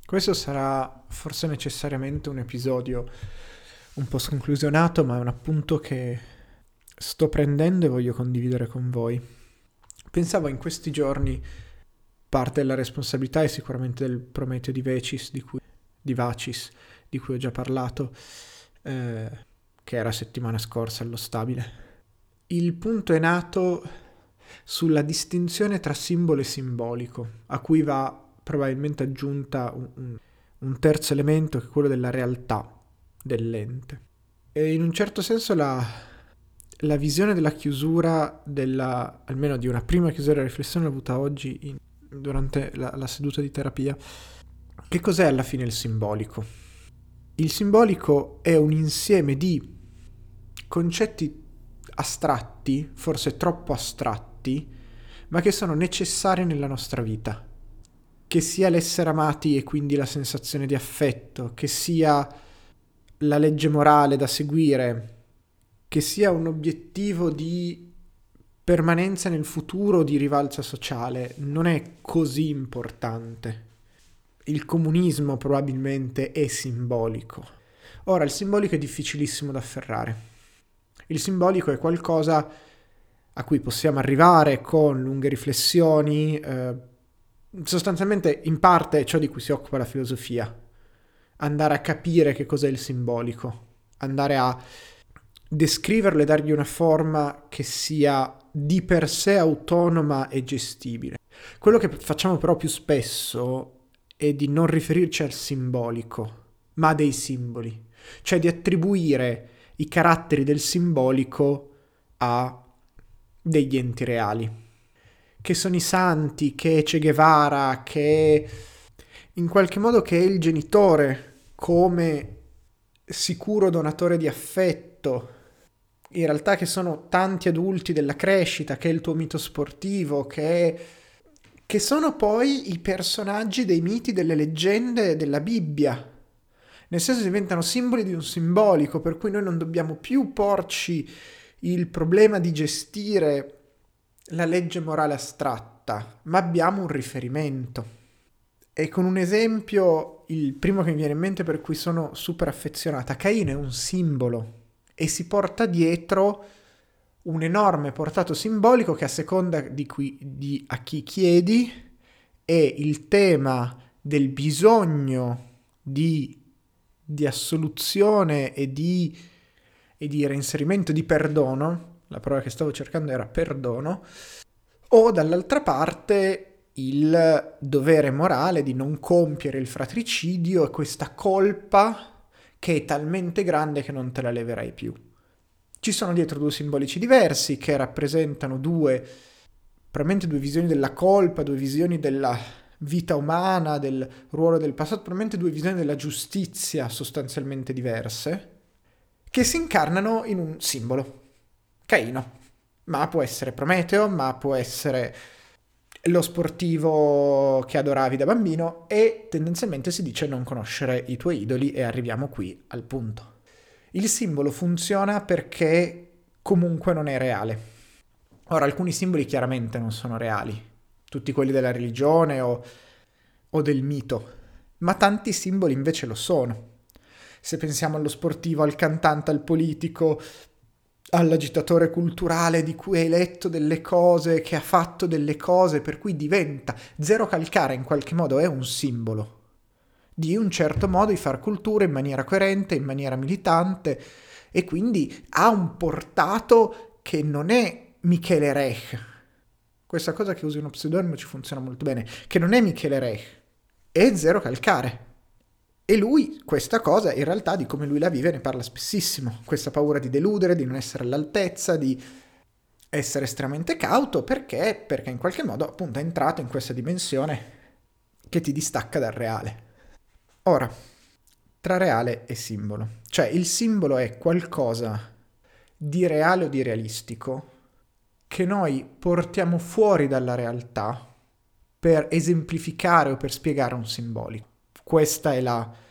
Questo sarà forse necessariamente un episodio un po' sconclusionato, ma è un appunto che sto prendendo e voglio condividere con voi. Pensavo in questi giorni, parte della responsabilità è sicuramente del Prometeo di Vacis, di cui ho già parlato, che era settimana scorsa allo stabile. Il punto è nato sulla distinzione tra simbolo e simbolico, a cui va probabilmente aggiunta un terzo elemento che è quello della realtà dell'ente. E in un certo senso la visione della chiusura, almeno di una prima chiusura della riflessione l'ho avuta oggi durante la seduta di terapia. Che cos'è alla fine il simbolico? Il simbolico è un insieme di concetti astratti, forse troppo astratti, ma che sono necessari nella nostra vita. Che sia l'essere amati e quindi la sensazione di affetto, che sia la legge morale da seguire, che sia un obiettivo di permanenza nel futuro o di rivalsa sociale, non è così importante. Il comunismo probabilmente è simbolico. Ora, il simbolico è difficilissimo da afferrare. Il simbolico è qualcosa a cui possiamo arrivare con lunghe riflessioni, sostanzialmente in parte è ciò di cui si occupa la filosofia. Andare a capire che cos'è il simbolico, andare a descriverlo e dargli una forma che sia di per sé autonoma e gestibile. Quello che facciamo però più spesso è di non riferirci al simbolico, ma a dei simboli, cioè di attribuire i caratteri del simbolico a degli enti reali, che sono i santi, che è Che Guevara, che in qualche modo che è il genitore come sicuro donatore di affetto, in realtà che sono tanti adulti della crescita, che è il tuo mito sportivo, che sono poi i personaggi dei miti, delle leggende della Bibbia. Nel senso diventano simboli di un simbolico, per cui noi non dobbiamo più porci il problema di gestire la legge morale astratta, ma abbiamo un riferimento. E con un esempio, il primo che mi viene in mente per cui sono super affezionata, Caino è un simbolo e si porta dietro un enorme portato simbolico che a seconda a chi chiedi è il tema del bisogno di assoluzione e di reinserimento di perdono, la parola che stavo cercando era perdono, o dall'altra parte il dovere morale di non compiere il fratricidio e questa colpa che è talmente grande che non te la leverai più. Ci sono dietro due simbolici diversi che rappresentano probabilmente due visioni della colpa, due visioni della vita umana, del ruolo del passato, probabilmente due visioni della giustizia sostanzialmente diverse, che si incarnano in un simbolo, Caino. Ma può essere Prometeo, ma può essere lo sportivo che adoravi da bambino e tendenzialmente si dice non conoscere i tuoi idoli e arriviamo qui al punto. Il simbolo funziona perché comunque non è reale. Ora, alcuni simboli chiaramente non sono reali, tutti quelli della religione o del mito, ma tanti simboli invece lo sono. Se pensiamo allo sportivo, al cantante, al politico, all'agitatore culturale di cui hai letto delle cose, che ha fatto delle cose, per cui diventa Zero Calcare in qualche modo è un simbolo di un certo modo di far cultura in maniera coerente, in maniera militante e quindi ha un portato che non è Michele Reich. Questa cosa che usi uno pseudonimo ci funziona molto bene, che non è Michele Reich, è Zero Calcare. E lui, questa cosa, in realtà di come lui la vive ne parla spessissimo. Questa paura di deludere, di non essere all'altezza, di essere estremamente cauto, perché? Perché in qualche modo appunto è entrato in questa dimensione che ti distacca dal reale. Ora, tra reale e simbolo. Cioè il simbolo è qualcosa di reale o di realistico che noi portiamo fuori dalla realtà per esemplificare o per spiegare un simbolico. Questa è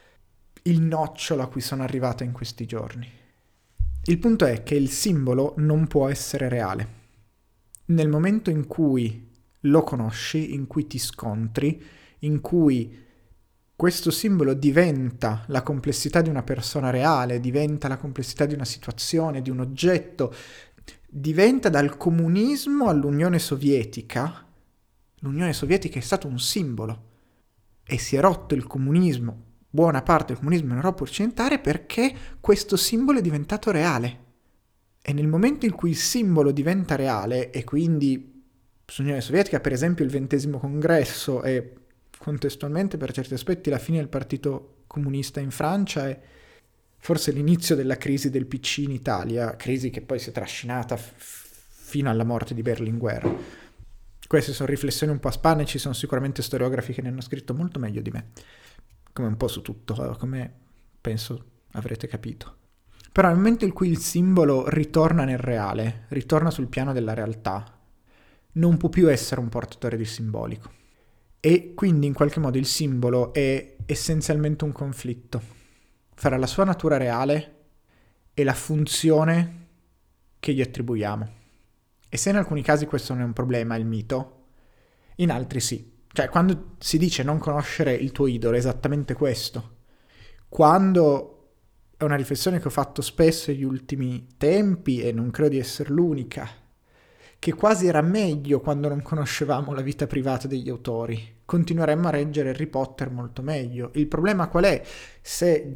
il nocciolo a cui sono arrivato in questi giorni. Il punto è che il simbolo non può essere reale. Nel momento in cui lo conosci, in cui ti scontri, in cui questo simbolo diventa la complessità di una persona reale, diventa la complessità di una situazione, di un oggetto, diventa dal comunismo all'Unione Sovietica. L'Unione Sovietica è stato un simbolo e si è rotto il comunismo, buona parte del comunismo in Europa occidentale, perché questo simbolo è diventato reale. E nel momento in cui il simbolo diventa reale, e quindi sull'Unione Sovietica, per esempio, il 20° congresso e contestualmente per certi aspetti la fine del partito comunista in Francia e forse l'inizio della crisi del PC in Italia, crisi che poi si è trascinata fino alla morte di Berlinguer. Queste sono riflessioni un po' a spanne, ci sono sicuramente storiografi che ne hanno scritto molto meglio di me, come un po' su tutto, come penso avrete capito. Però nel momento in cui il simbolo ritorna nel reale, ritorna sul piano della realtà, non può più essere un portatore di simbolico. E quindi in qualche modo il simbolo è essenzialmente un conflitto fra la sua natura reale e la funzione che gli attribuiamo. E se in alcuni casi questo non è un problema, il mito, in altri sì. Cioè, quando si dice non conoscere il tuo idolo, è esattamente questo. Quando è una riflessione che ho fatto spesso negli ultimi tempi, e non credo di essere l'unica, che quasi era meglio quando non conoscevamo la vita privata degli autori. Continueremmo a reggere Harry Potter molto meglio. Il problema qual è? Se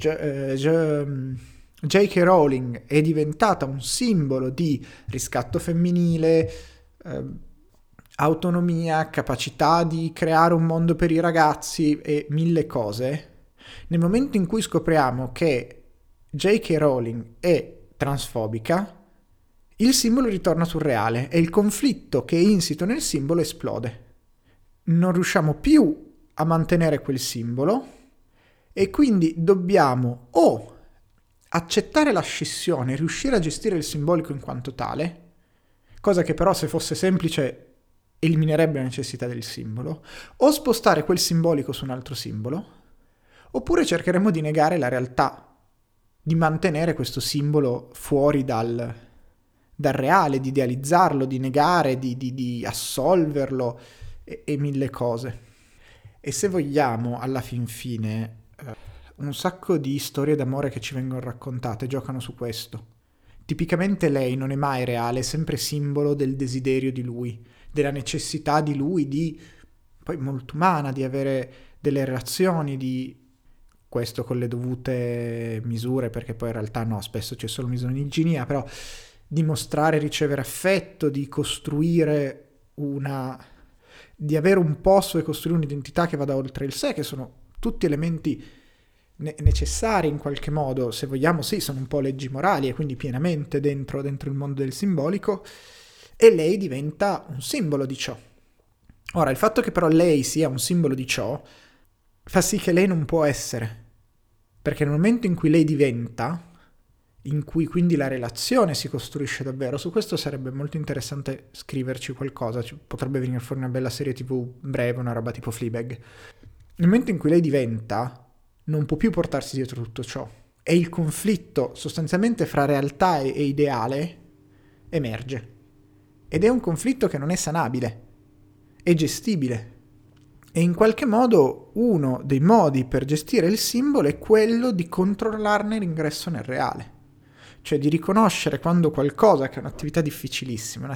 J.K. Rowling è diventata un simbolo di riscatto femminile, autonomia, capacità di creare un mondo per i ragazzi e 1000 cose, nel momento in cui scopriamo che J.K. Rowling è transfobica, il simbolo ritorna sul reale e il conflitto che è insito nel simbolo esplode. Non riusciamo più a mantenere quel simbolo e quindi dobbiamo o accettare la scissione, riuscire a gestire il simbolico in quanto tale, cosa che però se fosse semplice eliminerebbe la necessità del simbolo, o spostare quel simbolico su un altro simbolo, oppure cercheremo di negare la realtà, di mantenere questo simbolo fuori dal reale, di idealizzarlo, di negare, di assolverlo e 1000 cose. E se vogliamo, alla fin fine, un sacco di storie d'amore che ci vengono raccontate giocano su questo. Tipicamente lei non è mai reale, è sempre simbolo del desiderio di lui, della necessità di lui, di poi molto umana, di avere delle relazioni, di questo con le dovute misure, perché poi in realtà no, spesso c'è solo misoginia, però di mostrare e ricevere affetto, di costruire di avere un posto e costruire un'identità che vada oltre il sé, che sono tutti elementi necessari in qualche modo, se vogliamo, sì, sono un po' leggi morali e quindi pienamente dentro il mondo del simbolico, e lei diventa un simbolo di ciò. Ora, il fatto che però lei sia un simbolo di ciò fa sì che lei non può essere, perché nel momento in cui lei diventa, in cui quindi la relazione si costruisce davvero, su questo sarebbe molto interessante scriverci qualcosa, potrebbe venire fuori una bella serie TV breve, una roba tipo Fleabag. Nel momento in cui lei diventa, non può più portarsi dietro tutto ciò, e il conflitto sostanzialmente fra realtà e ideale emerge. Ed è un conflitto che non è sanabile, è gestibile. E in qualche modo uno dei modi per gestire il simbolo è quello di controllarne l'ingresso nel reale. Cioè di riconoscere quando qualcosa, che è un'attività difficilissima,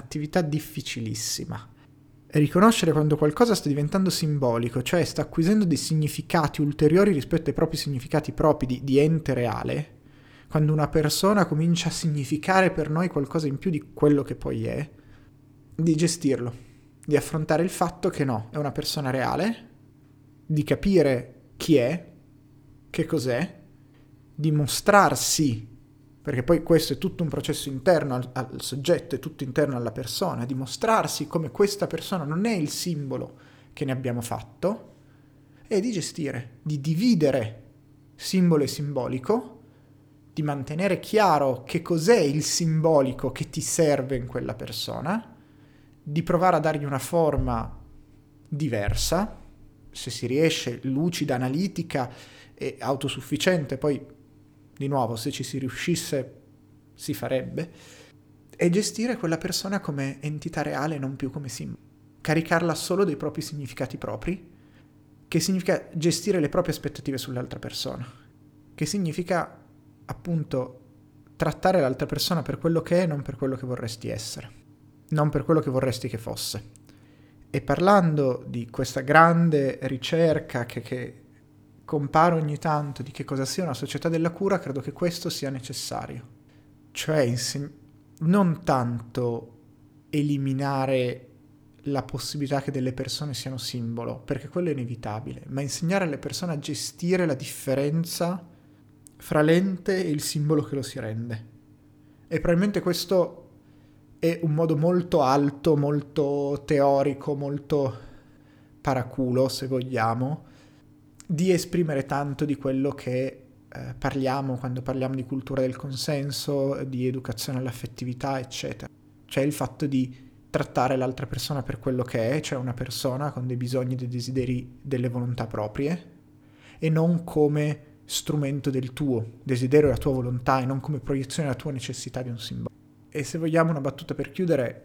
e riconoscere quando qualcosa sta diventando simbolico, cioè sta acquisendo dei significati ulteriori rispetto ai propri significati propri di ente reale, quando una persona comincia a significare per noi qualcosa in più di quello che poi è, di gestirlo, di affrontare il fatto che no, è una persona reale, di capire chi è, che cos'è, di mostrarsi, perché poi questo è tutto un processo interno al soggetto, è tutto interno alla persona, di mostrarsi come questa persona non è il simbolo che ne abbiamo fatto, e di gestire, di dividere simbolo e simbolico, di mantenere chiaro che cos'è il simbolico che ti serve in quella persona, di provare a dargli una forma diversa, se si riesce, lucida, analitica e autosufficiente, poi di nuovo, se ci si riuscisse, si farebbe, e gestire quella persona come entità reale, non più come simbolo. Caricarla solo dei propri significati propri che significa gestire le proprie aspettative sull'altra persona, che significa appunto trattare l'altra persona per quello che è, non per quello che vorresti essere, non per quello che vorresti che fosse. E parlando di questa grande ricerca che compare ogni tanto di che cosa sia una società della cura, credo che questo sia necessario. Cioè non tanto eliminare la possibilità che delle persone siano simbolo, perché quello è inevitabile, ma insegnare alle persone a gestire la differenza fra l'ente e il simbolo che lo si rende. E probabilmente questo è un modo molto alto, molto teorico, molto paraculo, se vogliamo, di esprimere tanto di quello che parliamo quando parliamo di cultura del consenso, di educazione all'affettività, eccetera. Cioè il fatto di trattare l'altra persona per quello che è, cioè una persona con dei bisogni, dei desideri, delle volontà proprie, e non come strumento del tuo desiderio e la tua volontà, e non come proiezione della tua necessità di un simbolo. E se vogliamo una battuta per chiudere,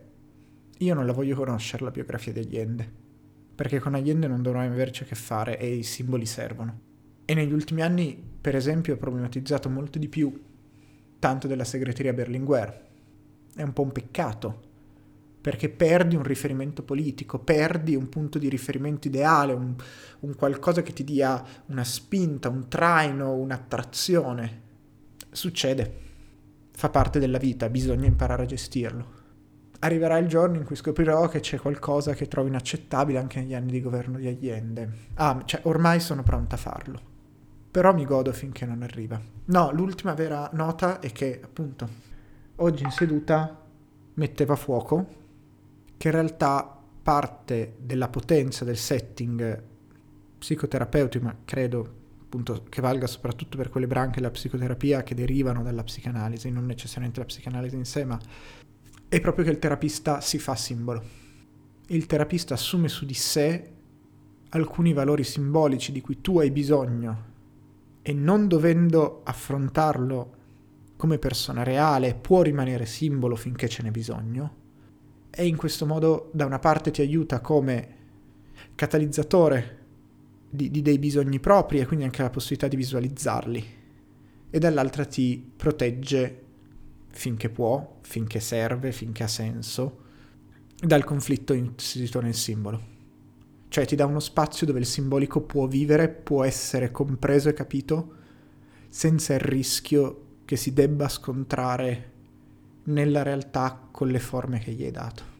io non la voglio conoscere la biografia di Allende, perché con Allende non dovremmo averci a che fare e i simboli servono. E negli ultimi anni, per esempio, ho problematizzato molto di più tanto della segreteria Berlinguer. È un po' un peccato, perché perdi un riferimento politico, perdi un punto di riferimento ideale, un qualcosa che ti dia una spinta, un traino, un'attrazione. Succede, fa parte della vita, bisogna imparare a gestirlo. Arriverà il giorno in cui scoprirò che c'è qualcosa che trovo inaccettabile anche negli anni di governo di Allende. Ormai sono pronta a farlo. Però mi godo finché non arriva. No, l'ultima vera nota è che, appunto, oggi in seduta metteva a fuoco che in realtà parte della potenza del setting psicoterapeutico, ma credo appunto che valga soprattutto per quelle branche della psicoterapia che derivano dalla psicanalisi, non necessariamente la psicanalisi in sé, ma è proprio che il terapista si fa simbolo. Il terapista assume su di sé alcuni valori simbolici di cui tu hai bisogno e non dovendo affrontarlo come persona reale può rimanere simbolo finché ce n'è bisogno, e in questo modo da una parte ti aiuta come catalizzatore di dei bisogni propri e quindi anche la possibilità di visualizzarli, e dall'altra ti protegge finché può, finché serve, finché ha senso, dal conflitto insito nel simbolo. Cioè ti dà uno spazio dove il simbolico può vivere, può essere compreso e capito senza il rischio che si debba scontrare nella realtà con le forme che gli hai dato.